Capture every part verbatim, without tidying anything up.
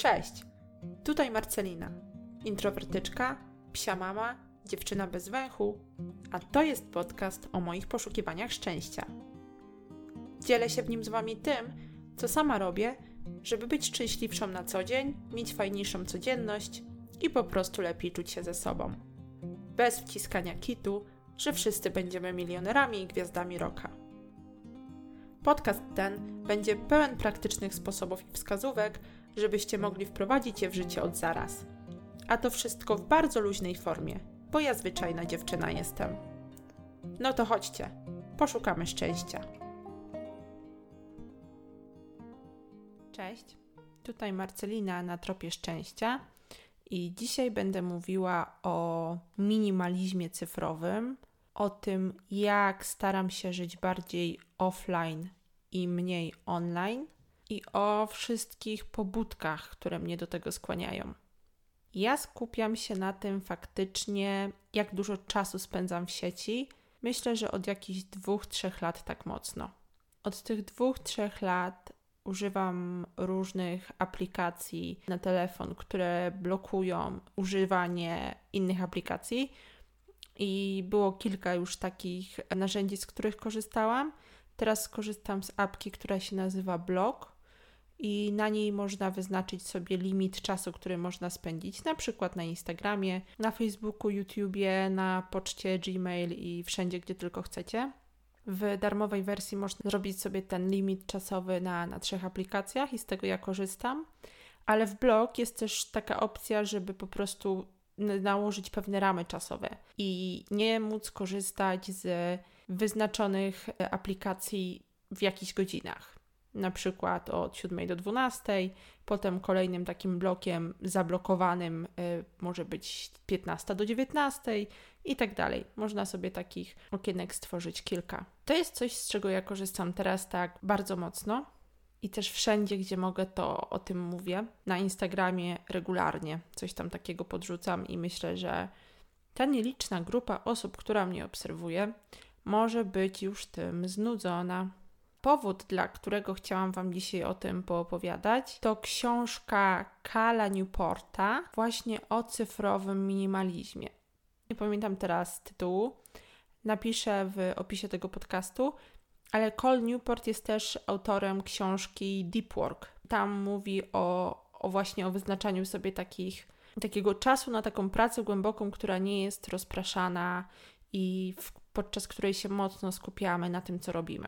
Cześć, tutaj Marcelina, introwertyczka, psia mama, dziewczyna bez węchu, a to jest podcast o moich poszukiwaniach szczęścia. Dzielę się w nim z Wami tym, co sama robię, żeby być szczęśliwszą na co dzień, mieć fajniejszą codzienność i po prostu lepiej czuć się ze sobą. Bez wciskania kitu, że wszyscy będziemy milionerami i gwiazdami rocka. Podcast ten będzie pełen praktycznych sposobów i wskazówek, żebyście mogli wprowadzić je w życie od zaraz. A to wszystko w bardzo luźnej formie, bo ja zwyczajna dziewczyna jestem. No to chodźcie, poszukamy szczęścia. Cześć, tutaj Marcelina na tropie szczęścia i dzisiaj będę mówiła o minimalizmie cyfrowym, o tym, jak staram się żyć bardziej offline i mniej online i o wszystkich pobudkach, które mnie do tego skłaniają. Ja skupiam się na tym faktycznie, jak dużo czasu spędzam w sieci. Myślę, że od jakichś dwóch, trzech lat tak mocno. Od tych dwóch, trzech lat używam różnych aplikacji na telefon, które blokują używanie innych aplikacji. I było kilka już takich narzędzi, z których korzystałam. Teraz korzystam z apki, która się nazywa Block i na niej można wyznaczyć sobie limit czasu, który można spędzić, na przykład na Instagramie, na Facebooku, YouTubie, na poczcie, Gmail i wszędzie, gdzie tylko chcecie. W darmowej wersji można zrobić sobie ten limit czasowy na, na trzech aplikacjach i z tego ja korzystam, ale w Block jest też taka opcja, żeby po prostu nałożyć pewne ramy czasowe i nie móc korzystać z wyznaczonych aplikacji w jakichś godzinach. Na przykład od siódmej do dwunastej, potem kolejnym takim blokiem zablokowanym y, może być piętnasta do dziewiętnastej i tak dalej. Można sobie takich okienek stworzyć kilka. To jest coś, z czego ja korzystam teraz tak bardzo mocno. I też wszędzie, gdzie mogę, to o tym mówię. Na Instagramie regularnie coś tam takiego podrzucam i myślę, że ta nieliczna grupa osób, która mnie obserwuje, może być już tym znudzona. Powód, dla którego chciałam Wam dzisiaj o tym poopowiadać, to książka Cala Newporta właśnie o cyfrowym minimalizmie. Nie pamiętam teraz tytułu. Napiszę w opisie tego podcastu. Ale Cal Newport jest też autorem książki Deep Work. Tam mówi o, o właśnie o wyznaczaniu sobie takich, takiego czasu na taką pracę głęboką, która nie jest rozpraszana i w, podczas której się mocno skupiamy na tym, co robimy.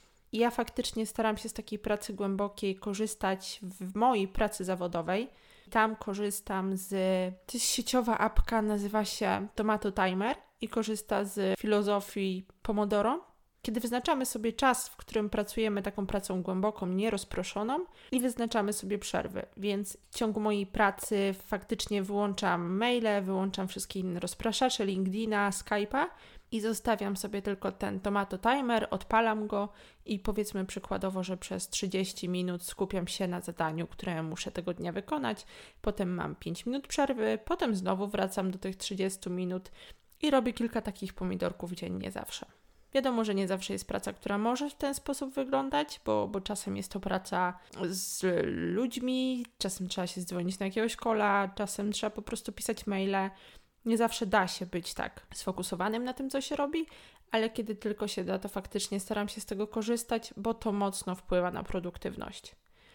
I ja faktycznie staram się z takiej pracy głębokiej korzystać w mojej pracy zawodowej. Tam korzystam z... To jest sieciowa apka, nazywa się Tomato Timer i korzysta z filozofii Pomodoro. Kiedy wyznaczamy sobie czas, w którym pracujemy taką pracą głęboką, nierozproszoną i wyznaczamy sobie przerwy, więc w ciągu mojej pracy faktycznie wyłączam maile, wyłączam wszystkie inne rozpraszacze, LinkedIna, Skype'a i zostawiam sobie tylko ten Tomato Timer, odpalam go i powiedzmy przykładowo, że przez trzydzieści minut skupiam się na zadaniu, które muszę tego dnia wykonać, potem mam pięć minut przerwy, potem znowu wracam do tych trzydziestu minut i robię kilka takich pomidorków dziennie zawsze. Wiadomo, że nie zawsze jest praca, która może w ten sposób wyglądać, bo, bo czasem jest to praca z ludźmi, czasem trzeba się zdzwonić na jakiegoś kola, czasem trzeba po prostu pisać maile. Nie zawsze da się być tak sfokusowanym na tym, co się robi, ale kiedy tylko się da, to faktycznie staram się z tego korzystać, bo to mocno wpływa na produktywność.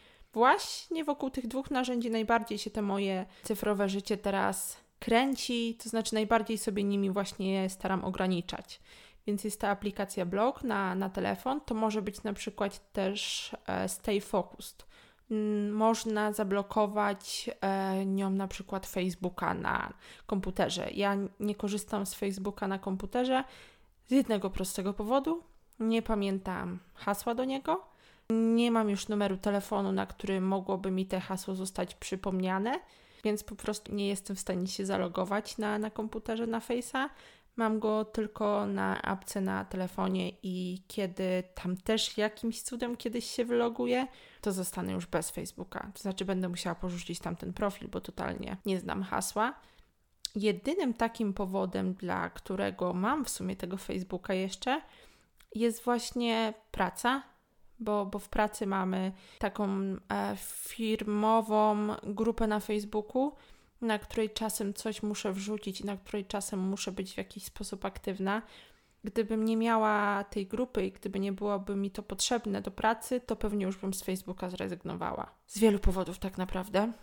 Właśnie wokół tych dwóch narzędzi najbardziej się to moje cyfrowe życie teraz kręci, to znaczy najbardziej sobie nimi właśnie je staram ograniczać. Więc jest ta aplikacja Block na, na telefon, to może być na przykład też e, Stay Focused. Mm, można zablokować e, nią na przykład Facebooka na komputerze. Ja nie korzystam z Facebooka na komputerze z jednego prostego powodu. Nie pamiętam hasła do niego. Nie mam już numeru telefonu, na którym mogłoby mi te hasło zostać przypomniane, więc po prostu nie jestem w stanie się zalogować na, na komputerze na Face'a. Mam go tylko na apce na telefonie i kiedy tam też jakimś cudem kiedyś się wyloguję, to zostanę już bez Facebooka. To znaczy będę musiała porzucić tamten profil, bo totalnie nie znam hasła. Jedynym takim powodem, dla którego mam w sumie tego Facebooka jeszcze, jest właśnie praca, bo, bo w pracy mamy taką e, firmową grupę na Facebooku, na której czasem coś muszę wrzucić i na której czasem muszę być w jakiś sposób aktywna. Gdybym nie miała tej grupy i gdyby nie byłoby mi to potrzebne do pracy, to pewnie już bym z Facebooka zrezygnowała. Z wielu powodów tak naprawdę.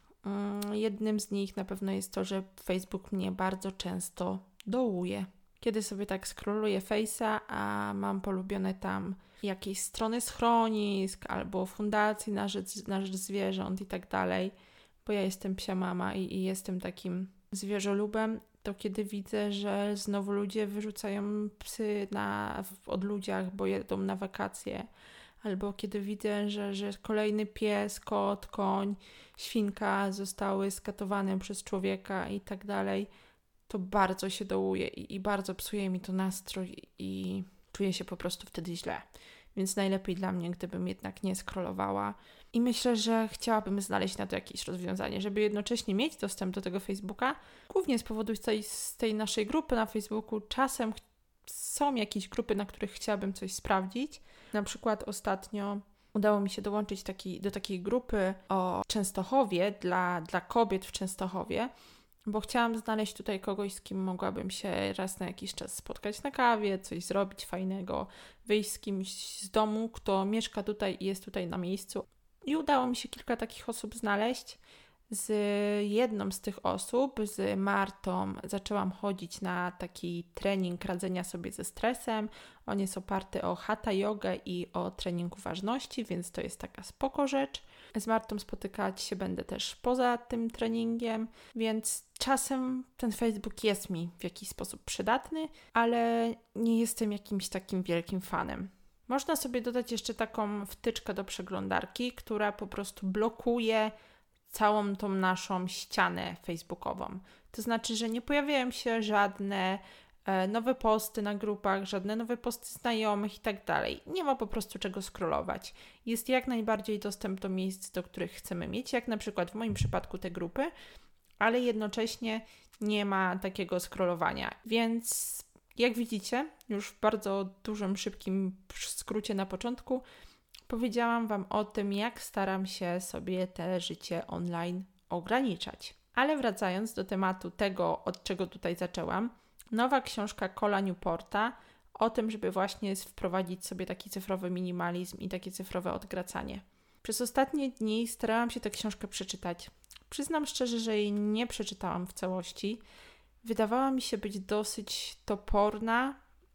Jednym z nich na pewno jest to, że Facebook mnie bardzo często dołuje. Kiedy sobie tak scrolluję Face'a, a mam polubione tam jakieś strony schronisk albo fundacji na rzecz, na rzecz zwierząt i tak dalej, bo ja jestem psia mama i, i jestem takim zwierzolubem, to kiedy widzę, że znowu ludzie wyrzucają psy na, w odludziach, bo jedą na wakacje, albo kiedy widzę, że, że kolejny pies, kot, koń, świnka zostały skatowane przez człowieka i tak dalej, to bardzo się dołuje i, i bardzo psuje mi to nastrój i czuję się po prostu wtedy źle. Więc najlepiej dla mnie, gdybym jednak nie scrollowała. I myślę, że chciałabym znaleźć na to jakieś rozwiązanie, żeby jednocześnie mieć dostęp do tego Facebooka. Głównie z powodu tej, z tej naszej grupy na Facebooku czasem ch- są jakieś grupy, na których chciałabym coś sprawdzić. Na przykład ostatnio udało mi się dołączyć taki, do takiej grupy o Częstochowie dla, dla kobiet w Częstochowie, bo chciałam znaleźć tutaj kogoś, z kim mogłabym się raz na jakiś czas spotkać na kawie, coś zrobić fajnego, wyjść z kimś z domu, kto mieszka tutaj i jest tutaj na miejscu. I udało mi się kilka takich osób znaleźć. Z jedną z tych osób, z Martą, zaczęłam chodzić na taki trening radzenia sobie ze stresem. On jest oparty o hatha jogę i o trening uważności, więc to jest taka spoko rzecz. Z Martą spotykać się będę też poza tym treningiem, więc czasem ten Facebook jest mi w jakiś sposób przydatny, ale nie jestem jakimś takim wielkim fanem. Można sobie dodać jeszcze taką wtyczkę do przeglądarki, która po prostu blokuje całą tą naszą ścianę facebookową. To znaczy, że nie pojawiają się żadne e, nowe posty na grupach, żadne nowe posty znajomych i tak dalej. Nie ma po prostu czego scrollować. Jest jak najbardziej dostęp do miejsc, do których chcemy mieć, jak na przykład w moim przypadku te grupy, ale jednocześnie nie ma takiego scrollowania. Więc jak widzicie, już w bardzo dużym, szybkim skrócie na początku, powiedziałam Wam o tym, jak staram się sobie te życie online ograniczać. Ale wracając do tematu tego, od czego tutaj zaczęłam, nowa książka Cola Newporta o tym, żeby właśnie wprowadzić sobie taki cyfrowy minimalizm i takie cyfrowe odgracanie. Przez ostatnie dni starałam się tę książkę przeczytać. Przyznam szczerze, że jej nie przeczytałam w całości. Wydawała mi się być dosyć toporna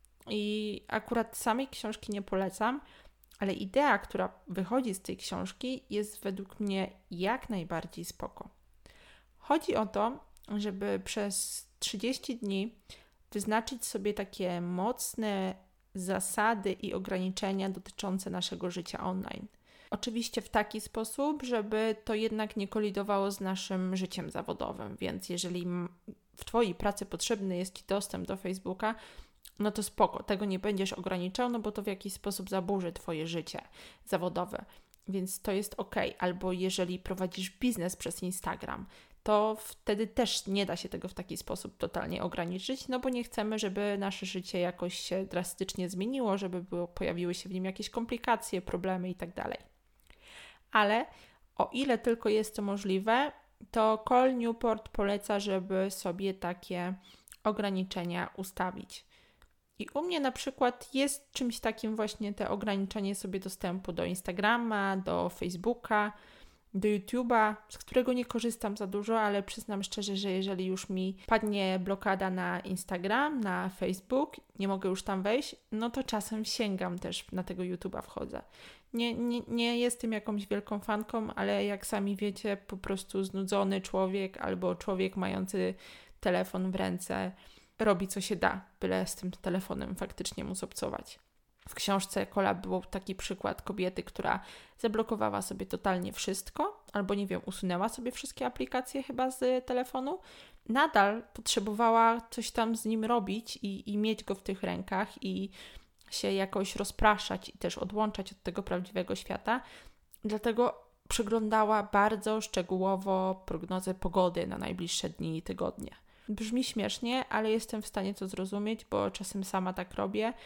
i akurat samej książki nie polecam, ale idea, która wychodzi z tej książki, jest według mnie jak najbardziej spoko. Chodzi o to, żeby przez trzydzieści dni wyznaczyć sobie takie mocne zasady i ograniczenia dotyczące naszego życia online. Oczywiście w taki sposób, żeby to jednak nie kolidowało z naszym życiem zawodowym, więc jeżeli w Twojej pracy potrzebny jest Ci dostęp do Facebooka, no to spoko, tego nie będziesz ograniczał, no bo to w jakiś sposób zaburzy Twoje życie zawodowe, więc to jest ok. Albo jeżeli prowadzisz biznes przez Instagram, to wtedy też nie da się tego w taki sposób totalnie ograniczyć, no bo nie chcemy, żeby nasze życie jakoś się drastycznie zmieniło, żeby było, pojawiły się w nim jakieś komplikacje, problemy i tak dalej. Ale o ile tylko jest to możliwe, to Cal Newport poleca, żeby sobie takie ograniczenia ustawić. I u mnie na przykład jest czymś takim właśnie te ograniczenie sobie dostępu do Instagrama, do Facebooka, do YouTube'a, z którego nie korzystam za dużo, ale przyznam szczerze, że jeżeli już mi padnie blokada na Instagram, na Facebook, nie mogę już tam wejść, no to czasem sięgam też na tego YouTube'a, wchodzę. Nie, nie, nie jestem jakąś wielką fanką, ale jak sami wiecie, po prostu znudzony człowiek albo człowiek mający telefon w ręce robi co się da, byle z tym telefonem faktycznie móc obcować. W książce Cola był taki przykład kobiety, która zablokowała sobie totalnie wszystko, albo nie wiem, usunęła sobie wszystkie aplikacje chyba z telefonu. Nadal potrzebowała coś tam z nim robić i, i mieć go w tych rękach i się jakoś rozpraszać i też odłączać od tego prawdziwego świata. Dlatego przeglądała bardzo szczegółowo prognozę pogody na najbliższe dni i tygodnie. Brzmi śmiesznie, ale jestem w stanie to zrozumieć, bo czasem sama tak robię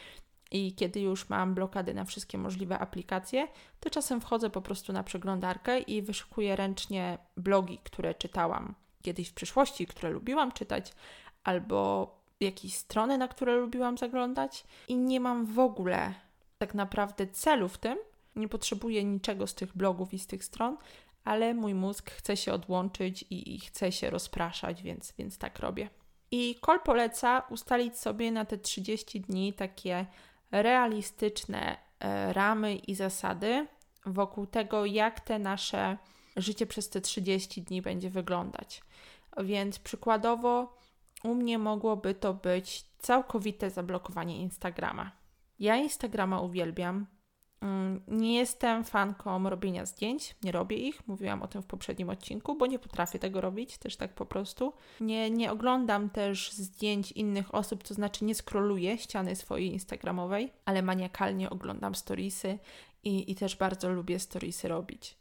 i kiedy już mam blokady na wszystkie możliwe aplikacje, to czasem wchodzę po prostu na przeglądarkę i wyszukuję ręcznie blogi, które czytałam kiedyś w przyszłości, które lubiłam czytać, albo jakieś strony, na które lubiłam zaglądać i nie mam w ogóle tak naprawdę celu w tym, nie potrzebuję niczego z tych blogów i z tych stron, ale mój mózg chce się odłączyć i, i chce się rozpraszać, więc, więc tak robię. I Cole poleca ustalić sobie na te trzydzieści dni takie realistyczne e, ramy i zasady wokół tego, jak te nasze życie przez te trzydzieści dni będzie wyglądać. Więc przykładowo u mnie mogłoby to być całkowite zablokowanie Instagrama. Ja Instagrama uwielbiam. Nie jestem fanką robienia zdjęć, nie robię ich, mówiłam o tym w poprzednim odcinku, bo nie potrafię tego robić, też tak po prostu. Nie, nie oglądam też zdjęć innych osób, to znaczy nie scrolluję ściany swojej instagramowej, ale maniakalnie oglądam storiesy i, i też bardzo lubię storiesy robić.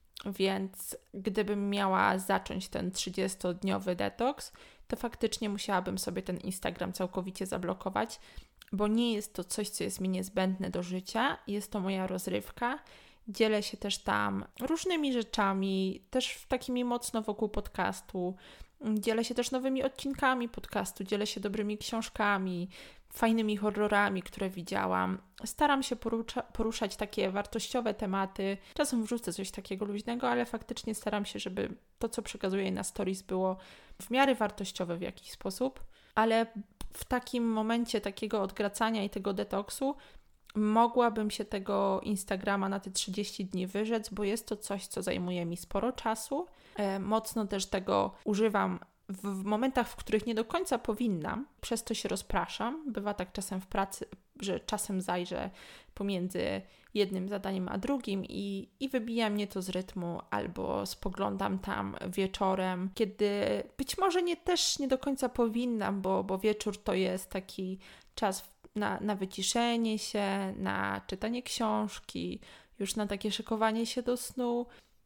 Więc gdybym miała zacząć ten trzydziestodniowy detoks, to faktycznie musiałabym sobie ten Instagram całkowicie zablokować, bo nie jest to coś, co jest mi niezbędne do życia, jest to moja rozrywka. Dzielę się też tam różnymi rzeczami, też takimi mocno wokół podcastu. Dzielę się też nowymi odcinkami podcastu, dzielę się dobrymi książkami, fajnymi horrorami, które widziałam. Staram się porusza, poruszać takie wartościowe tematy. Czasem wrzucę coś takiego luźnego, ale faktycznie staram się, żeby to, co przekazuję na stories, było w miarę wartościowe w jakiś sposób. Ale w takim momencie takiego odgracania i tego detoksu mogłabym się tego Instagrama na te trzydzieści dni wyrzec, bo jest to coś, co zajmuje mi sporo czasu. E, mocno też tego używam w, w momentach, w których nie do końca powinnam. Przez to się rozpraszam. Bywa tak czasem w pracy, że czasem zajrzę pomiędzy jednym zadaniem a drugim i, i wybija mnie to z rytmu, albo spoglądam tam wieczorem, kiedy być może nie też nie do końca powinnam, bo, bo wieczór to jest taki czas na, na wyciszenie się, na czytanie książki, już na takie szykowanie się do snu.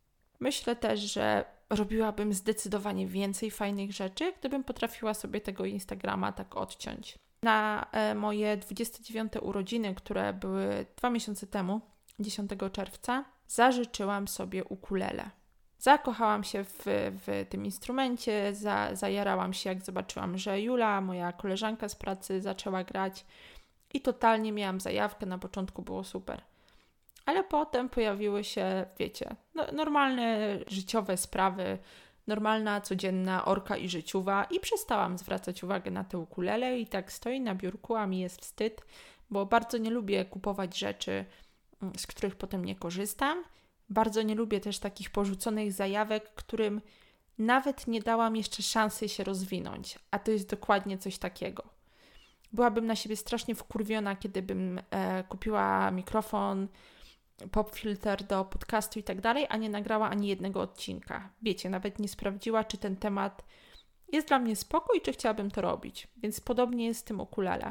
Myślę też, że robiłabym zdecydowanie więcej fajnych rzeczy, gdybym potrafiła sobie tego Instagrama tak odciąć. Na e, moje dwudzieste dziewiąte urodziny, które były dwa miesiące temu, dziesiątego czerwca, zażyczyłam sobie ukulele. Zakochałam się w, w tym instrumencie, za, zajarałam się, jak zobaczyłam, że Jula, moja koleżanka z pracy, zaczęła grać i totalnie miałam zajawkę, na początku było super. Ale potem pojawiły się, wiecie, no, normalne życiowe sprawy, normalna, codzienna orka i życiowa i przestałam zwracać uwagę na te ukulele i tak stoi na biurku, a mi jest wstyd, bo bardzo nie lubię kupować rzeczy, z których potem nie korzystam. Bardzo nie lubię też takich porzuconych zajawek, którym nawet nie dałam jeszcze szansy się rozwinąć, a to jest dokładnie coś takiego. Byłabym na siebie strasznie wkurwiona, kiedy bym e, kupiła mikrofon, popfilter do podcastu i tak dalej, a nie nagrała ani jednego odcinka. Wiecie, nawet nie sprawdziła, czy ten temat jest dla mnie spoko i czy chciałabym to robić. Więc podobnie jest z tym ukulele.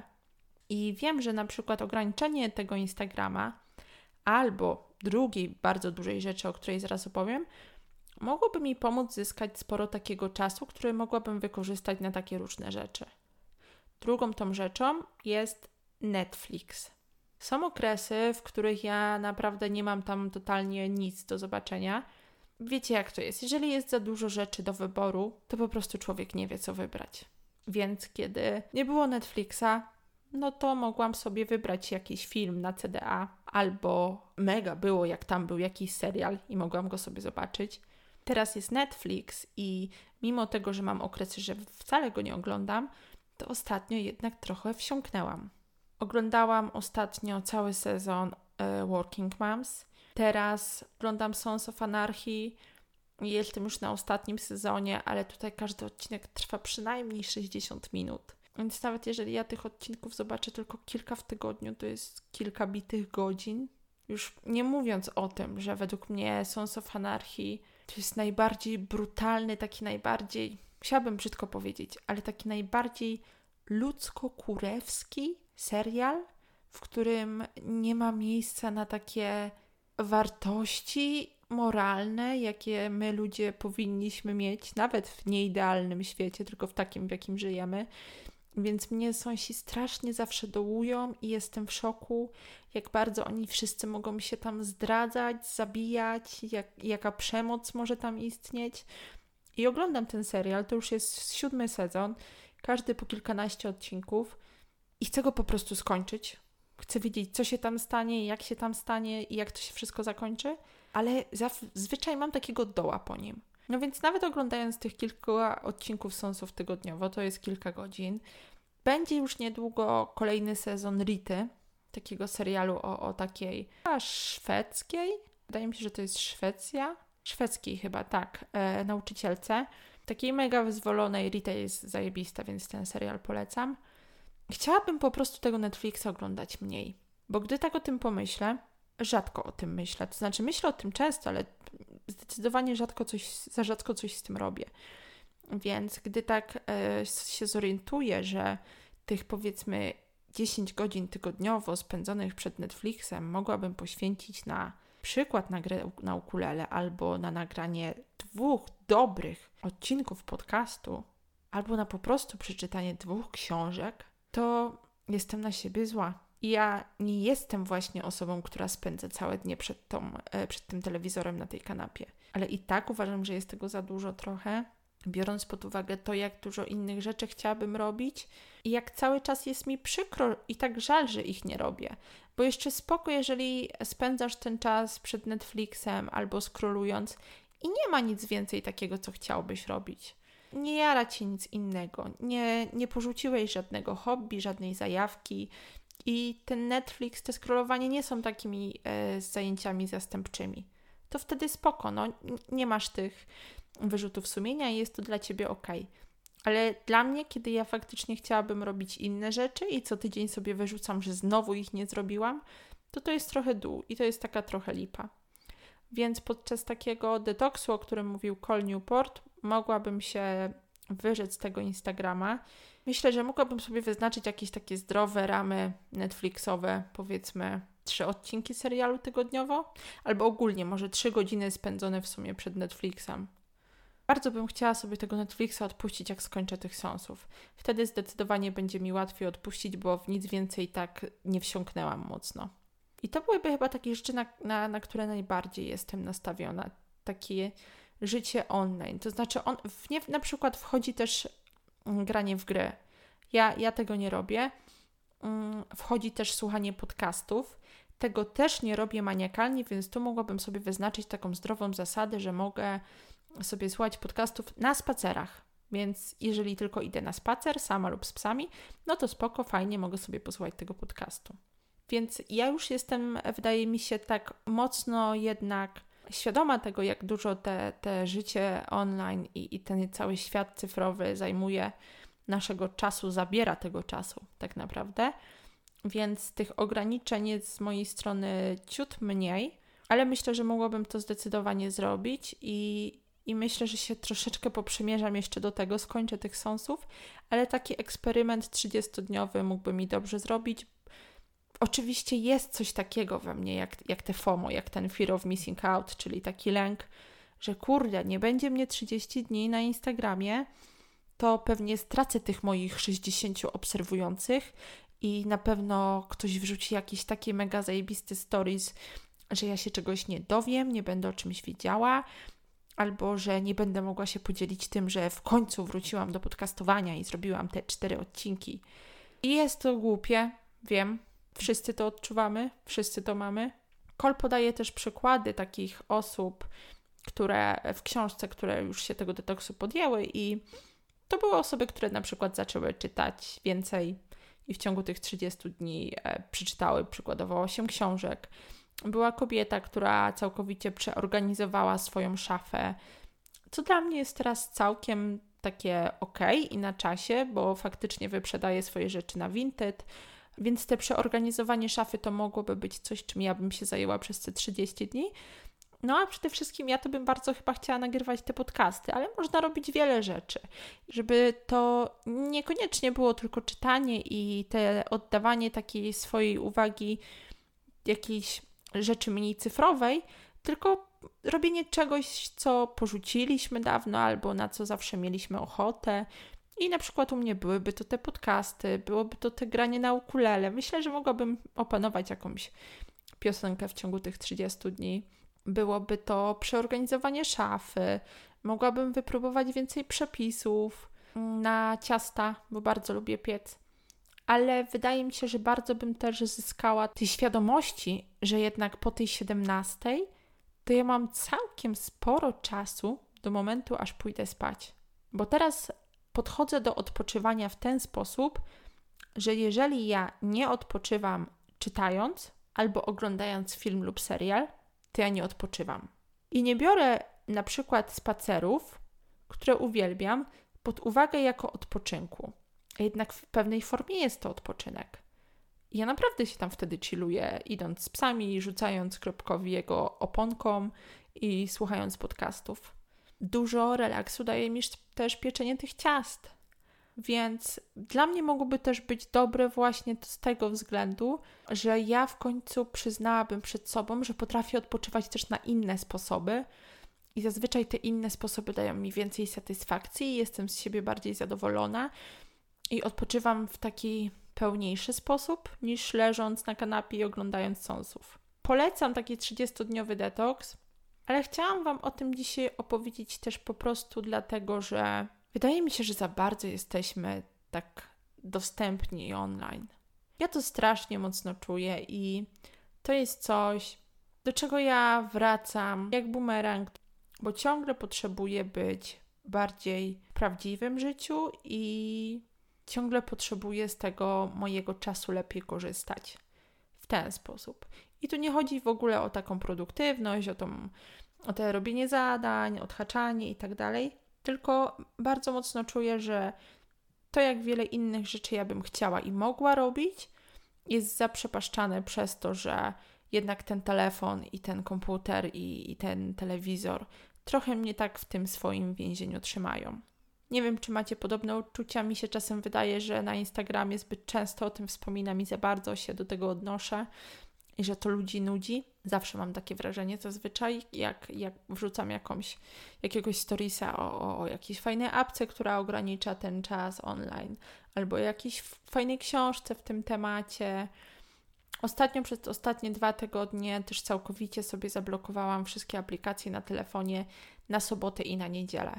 I wiem, że na przykład ograniczenie tego Instagrama albo drugiej bardzo dużej rzeczy, o której zaraz opowiem, mogłoby mi pomóc zyskać sporo takiego czasu, który mogłabym wykorzystać na takie różne rzeczy. Drugą tą rzeczą jest Netflix. Są okresy, w których ja naprawdę nie mam tam totalnie nic do zobaczenia. Wiecie, jak to jest. Jeżeli jest za dużo rzeczy do wyboru, to po prostu człowiek nie wie, co wybrać. Więc kiedy nie było Netflixa, no to mogłam sobie wybrać jakiś film na C D A, albo mega było, jak tam był jakiś serial i mogłam go sobie zobaczyć. Teraz jest Netflix i mimo tego, że mam okresy, że wcale go nie oglądam, to ostatnio jednak trochę wsiąknęłam. Oglądałam ostatnio cały sezon e, Working Moms. Teraz oglądam Sons of Anarchy. Jestem już na ostatnim sezonie, ale tutaj każdy odcinek trwa przynajmniej sześćdziesiąt minut. Więc nawet jeżeli ja tych odcinków zobaczę tylko kilka w tygodniu, to jest kilka bitych godzin. Już nie mówiąc o tym, że według mnie Sons of Anarchy to jest najbardziej brutalny, taki najbardziej, chciałabym brzydko powiedzieć, ale taki najbardziej ludzko-kurewski serial, w którym nie ma miejsca na takie wartości moralne, jakie my ludzie powinniśmy mieć, nawet w nieidealnym świecie, tylko w takim, w jakim żyjemy. Więc mnie sąsi strasznie zawsze dołują i jestem w szoku, jak bardzo oni wszyscy mogą się tam zdradzać, zabijać, jak, jaka przemoc może tam istnieć. I oglądam ten serial, to już jest siódmy sezon, każdy po kilkanaście odcinków i chcę go po prostu skończyć. Chcę wiedzieć, co się tam stanie, jak się tam stanie i jak to się wszystko zakończy, ale zazwyczaj mam takiego doła po nim. No więc nawet oglądając tych kilka odcinków Sonsów tygodniowo, to jest kilka godzin, będzie już niedługo kolejny sezon Rity, takiego serialu o, o takiej a szwedzkiej, wydaje mi się, że to jest Szwecja, szwedzkiej chyba, tak, e, nauczycielce, takiej mega wyzwolonej. Rita jest zajebista, więc ten serial polecam. Chciałabym po prostu tego Netflixa oglądać mniej, bo gdy tak o tym pomyślę, rzadko o tym myślę, to znaczy myślę o tym często, ale zdecydowanie rzadko coś, za rzadko coś z tym robię. Więc gdy tak e, się zorientuję, że tych powiedzmy dziesięć godzin tygodniowo spędzonych przed Netflixem mogłabym poświęcić na przykład na grę na ukulele albo na nagranie dwóch dobrych odcinków podcastu albo na po prostu przeczytanie dwóch książek, to jestem na siebie zła. I ja nie jestem właśnie osobą, która spędza całe dnie przed, tą, e, przed tym telewizorem na tej kanapie. Ale i tak uważam, że jest tego za dużo trochę, biorąc pod uwagę to, jak dużo innych rzeczy chciałabym robić i jak cały czas jest mi przykro i tak żal, że ich nie robię. Bo jeszcze spoko, jeżeli spędzasz ten czas przed Netflixem albo scrollując i nie ma nic więcej takiego, co chciałbyś robić. Nie jara cię nic innego, nie, nie porzuciłeś żadnego hobby, żadnej zajawki i ten Netflix, te scrollowanie nie są takimi e, zajęciami zastępczymi. To wtedy spoko, no nie masz tych wyrzutów sumienia i jest to dla ciebie okej. Ale dla mnie, kiedy ja faktycznie chciałabym robić inne rzeczy i co tydzień sobie wyrzucam, że znowu ich nie zrobiłam, to to jest trochę dół i to jest taka trochę lipa. Więc podczas takiego detoksu, o którym mówił Cole Newport, mogłabym się wyrzec tego Instagrama. Myślę, że mogłabym sobie wyznaczyć jakieś takie zdrowe ramy Netflixowe, powiedzmy trzy odcinki serialu tygodniowo, albo ogólnie może trzy godziny spędzone w sumie przed Netflixem. Bardzo bym chciała sobie tego Netflixa odpuścić, jak skończę tych Sonsów. Wtedy zdecydowanie będzie mi łatwiej odpuścić, bo w nic więcej tak nie wsiąknęłam mocno. I to byłyby chyba takie rzeczy, na, na, na które najbardziej jestem nastawiona. Takie życie online. To znaczy on, w nie na przykład wchodzi też granie w gry. Ja, ja tego nie robię. Wchodzi też słuchanie podcastów. Tego też nie robię maniakalnie, więc tu mogłabym sobie wyznaczyć taką zdrową zasadę, że mogę sobie słuchać podcastów na spacerach. Więc jeżeli tylko idę na spacer, sama lub z psami, no to spoko, fajnie, mogę sobie posłuchać tego podcastu. Więc ja już jestem, wydaje mi się, tak mocno jednak świadoma tego, jak dużo te, te życie online i, i ten cały świat cyfrowy zajmuje naszego czasu, zabiera tego czasu tak naprawdę. Więc tych ograniczeń jest z mojej strony ciut mniej, ale myślę, że mogłabym to zdecydowanie zrobić i, i myślę, że się troszeczkę poprzymierzam jeszcze do tego, skończę tych Sonsów, ale taki eksperyment trzydziestodniowy mógłby mi dobrze zrobić. Oczywiście jest coś takiego we mnie, jak, jak te FOMO, jak ten fear of missing out, czyli taki lęk, że kurde, nie będzie mnie trzydzieści dni na Instagramie, to pewnie stracę tych moich sześćdziesięciu obserwujących i na pewno ktoś wrzuci jakieś takie mega zajebiste stories, że ja się czegoś nie dowiem, nie będę o czymś wiedziała, albo że nie będę mogła się podzielić tym, że w końcu wróciłam do podcastowania i zrobiłam te cztery odcinki. I jest to głupie, wiem, wszyscy to odczuwamy, wszyscy to mamy. Cole podaje też przykłady takich osób, które w książce, które już się tego detoksu podjęły i to były osoby, które na przykład zaczęły czytać więcej i w ciągu tych trzydziestu dni e, przeczytały przykładowo osiem książek. Była kobieta, która całkowicie przeorganizowała swoją szafę, co dla mnie jest teraz całkiem takie okej i na czasie, bo faktycznie wyprzedaje swoje rzeczy na Vinted, więc te przeorganizowanie szafy to mogłoby być coś, czym ja bym się zajęła przez te trzydzieści dni. No a przede wszystkim ja to bym bardzo chyba chciała nagrywać te podcasty, ale można robić wiele rzeczy, żeby to niekoniecznie było tylko czytanie i te oddawanie takiej swojej uwagi jakiejś rzeczy mniej cyfrowej, tylko robienie czegoś, co porzuciliśmy dawno albo na co zawsze mieliśmy ochotę I na przykład u mnie byłyby to te podcasty, byłoby to te granie na ukulele. Myślę, że mogłabym opanować jakąś piosenkę w ciągu tych trzydziestu dni. Byłoby to przeorganizowanie szafy. Mogłabym wypróbować więcej przepisów na ciasta, bo bardzo lubię piec. Ale wydaje mi się, że bardzo bym też zyskała tej świadomości, że jednak po tej siedemnastej to ja mam całkiem sporo czasu do momentu, aż pójdę spać. Bo teraz podchodzę do odpoczywania w ten sposób, że jeżeli ja nie odpoczywam czytając albo oglądając film lub serial, to ja nie odpoczywam. I nie biorę na przykład spacerów, które uwielbiam, pod uwagę jako odpoczynku. A jednak w pewnej formie jest to odpoczynek. I ja naprawdę się tam wtedy chilluję, idąc z psami, rzucając Kropkowi jego oponką i słuchając podcastów. Dużo relaksu daje mi też pieczenie tych ciast. Więc dla mnie mogłoby też być dobre właśnie z tego względu, że ja w końcu przyznałabym przed sobą, że potrafię odpoczywać też na inne sposoby i zazwyczaj te inne sposoby dają mi więcej satysfakcji, jestem z siebie bardziej zadowolona i odpoczywam w taki pełniejszy sposób niż leżąc na kanapie i oglądając sąsów. Polecam taki trzydziestodniowy detoks, ale chciałam Wam o tym dzisiaj opowiedzieć też po prostu dlatego, że wydaje mi się, że za bardzo jesteśmy tak dostępni online. Ja to strasznie mocno czuję i to jest coś, do czego ja wracam jak bumerang, bo ciągle potrzebuję być bardziej w prawdziwym życiu i ciągle potrzebuję z tego mojego czasu lepiej korzystać w ten sposób. I tu nie chodzi w ogóle o taką produktywność, o, tą, o te robienie zadań, odhaczanie i tak dalej, tylko bardzo mocno czuję, że to, jak wiele innych rzeczy ja bym chciała i mogła robić, jest zaprzepaszczane przez to, że jednak ten telefon i ten komputer i, i ten telewizor trochę mnie tak w tym swoim więzieniu trzymają. Nie wiem, czy macie podobne uczucia. Mi się czasem wydaje, że na Instagramie zbyt często o tym wspominam i za bardzo się do tego odnoszę i że to ludzi nudzi. Zawsze mam takie wrażenie zazwyczaj, jak, jak wrzucam jakąś, jakiegoś storiesa o, o, o jakiejś fajnej apce, która ogranicza ten czas online, albo jakiejś fajnej książce w tym temacie. Ostatnio, przez ostatnie dwa tygodnie też całkowicie sobie zablokowałam wszystkie aplikacje na telefonie na sobotę i na niedzielę.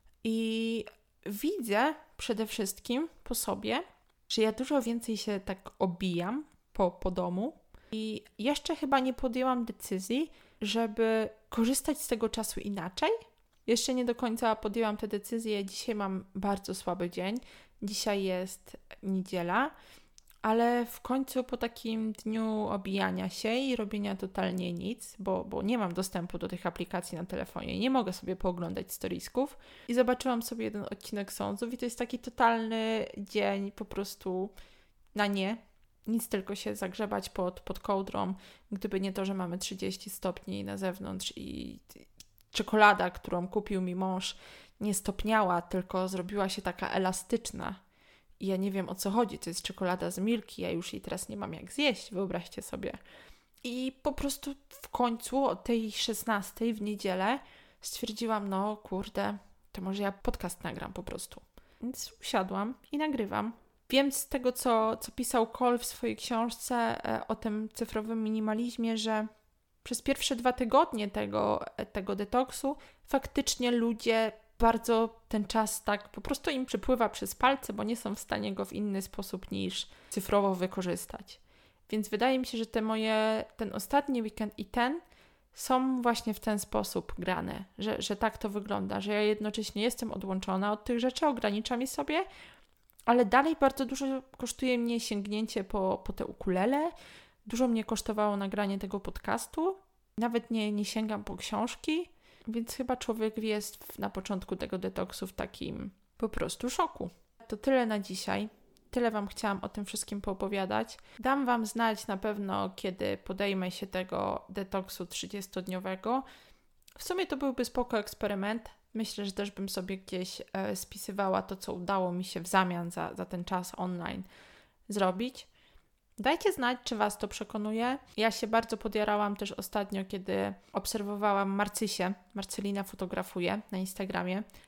I widzę przede wszystkim po sobie, że ja dużo więcej się tak obijam po, po domu i jeszcze chyba nie podjęłam decyzji, żeby korzystać z tego czasu inaczej. Jeszcze nie do końca podjęłam tę decyzję. Dzisiaj mam bardzo słaby dzień. Dzisiaj jest niedziela, ale w końcu po takim dniu obijania się i robienia totalnie nic, bo, bo nie mam dostępu do tych aplikacji na telefonie, nie mogę sobie pooglądać storiesków i zobaczyłam sobie jeden odcinek Sądzów i to jest taki totalny dzień po prostu na nie. Nic, tylko się zagrzebać pod, pod kołdrą, gdyby nie to, że mamy trzydzieści stopni na zewnątrz i czekolada, którą kupił mi mąż, nie stopniała, tylko zrobiła się taka elastyczna. I ja nie wiem, o co chodzi. To jest czekolada z Milki, ja już jej teraz nie mam jak zjeść, wyobraźcie sobie. I po prostu w końcu o tej szesnastej w niedzielę stwierdziłam, no kurde, to może ja podcast nagram po prostu. Więc usiadłam i nagrywam. Wiem z tego, co, co pisał Cole w swojej książce e, o tym cyfrowym minimalizmie, że przez pierwsze dwa tygodnie tego, tego detoksu faktycznie ludzie bardzo ten czas tak po prostu im przepływa przez palce, bo nie są w stanie go w inny sposób niż cyfrowo wykorzystać. Więc wydaje mi się, że te moje, ten ostatni weekend i ten są właśnie w ten sposób grane, że, że tak to wygląda, że ja jednocześnie jestem odłączona od tych rzeczy, ograniczam je sobie, ale dalej bardzo dużo kosztuje mnie sięgnięcie po, po te ukulele, dużo mnie kosztowało nagranie tego podcastu, nawet nie, nie sięgam po książki, więc chyba człowiek jest na początku tego detoksu w takim po prostu szoku. To tyle na dzisiaj. Tyle Wam chciałam o tym wszystkim poopowiadać. Dam Wam znać na pewno, kiedy podejmę się tego detoksu trzydziestodniowego. W sumie to byłby spoko eksperyment. Myślę, że też bym sobie gdzieś e, spisywała to, co udało mi się w zamian za, za ten czas online zrobić. Dajcie znać, czy Was to przekonuje. Ja się bardzo podjarałam też ostatnio, kiedy obserwowałam Marcysię. Marcelina fotografuje na Instagramie.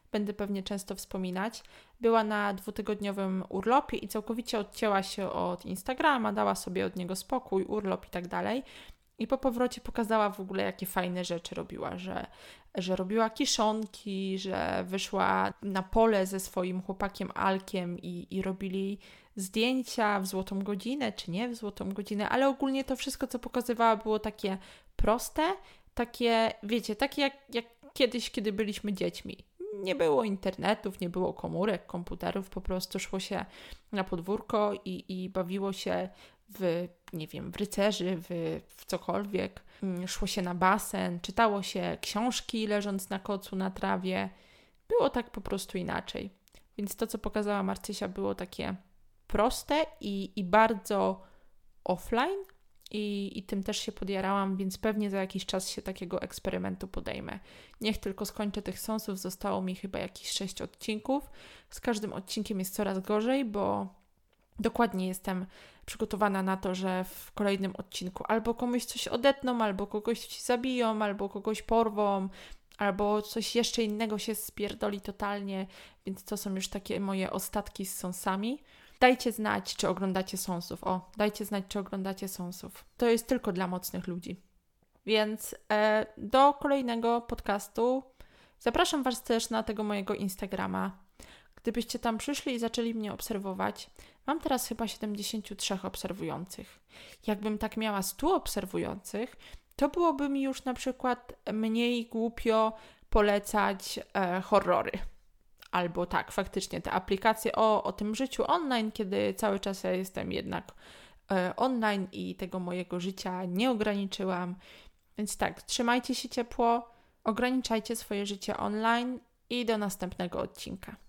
będę pewnie często wspominać. Była na dwutygodniowym urlopie i całkowicie odcięła się od Instagrama, dała sobie od niego spokój, urlop i tak dalej. I po powrocie pokazała w ogóle, jakie fajne rzeczy robiła, że, że robiła kiszonki, że wyszła na pole ze swoim chłopakiem Alkiem i, i robili zdjęcia w złotą godzinę, czy nie w złotą godzinę, ale ogólnie to wszystko, co pokazywała, było takie proste, takie, wiecie, takie jak, jak kiedyś, kiedy byliśmy dziećmi. Nie było internetów, nie było komórek, komputerów, po prostu szło się na podwórko i, i bawiło się w, nie wiem, w rycerzy, w, w cokolwiek. Szło się na basen, czytało się książki leżąc na kocu, na trawie. Było tak po prostu inaczej. Więc to, co pokazała Marcysia, było takie proste i, i bardzo offline i, i tym też się podjarałam, więc pewnie za jakiś czas się takiego eksperymentu podejmę. Niech tylko skończę tych sonsów, zostało mi chyba jakieś sześć odcinków. Z każdym odcinkiem jest coraz gorzej, bo dokładnie jestem przygotowana na to, że w kolejnym odcinku albo komuś coś odetną, albo kogoś zabiją, albo kogoś porwą, albo coś jeszcze innego się spierdoli totalnie, więc to są już takie moje ostatki z sonsami. Dajcie znać, czy oglądacie sonsów. O, dajcie znać, czy oglądacie sonsów. To jest tylko dla mocnych ludzi. Więc e, do kolejnego podcastu zapraszam Was też na tego mojego Instagrama. Gdybyście tam przyszli i zaczęli mnie obserwować, mam teraz chyba siedemdziesięciu trzech obserwujących. Jakbym tak miała stu obserwujących, to byłoby mi już na przykład mniej głupio polecać e, horrory. Albo tak, faktycznie te aplikacje o, o tym życiu online, kiedy cały czas ja jestem jednak e, online i tego mojego życia nie ograniczyłam. Więc tak, trzymajcie się ciepło, ograniczajcie swoje życie online i do następnego odcinka.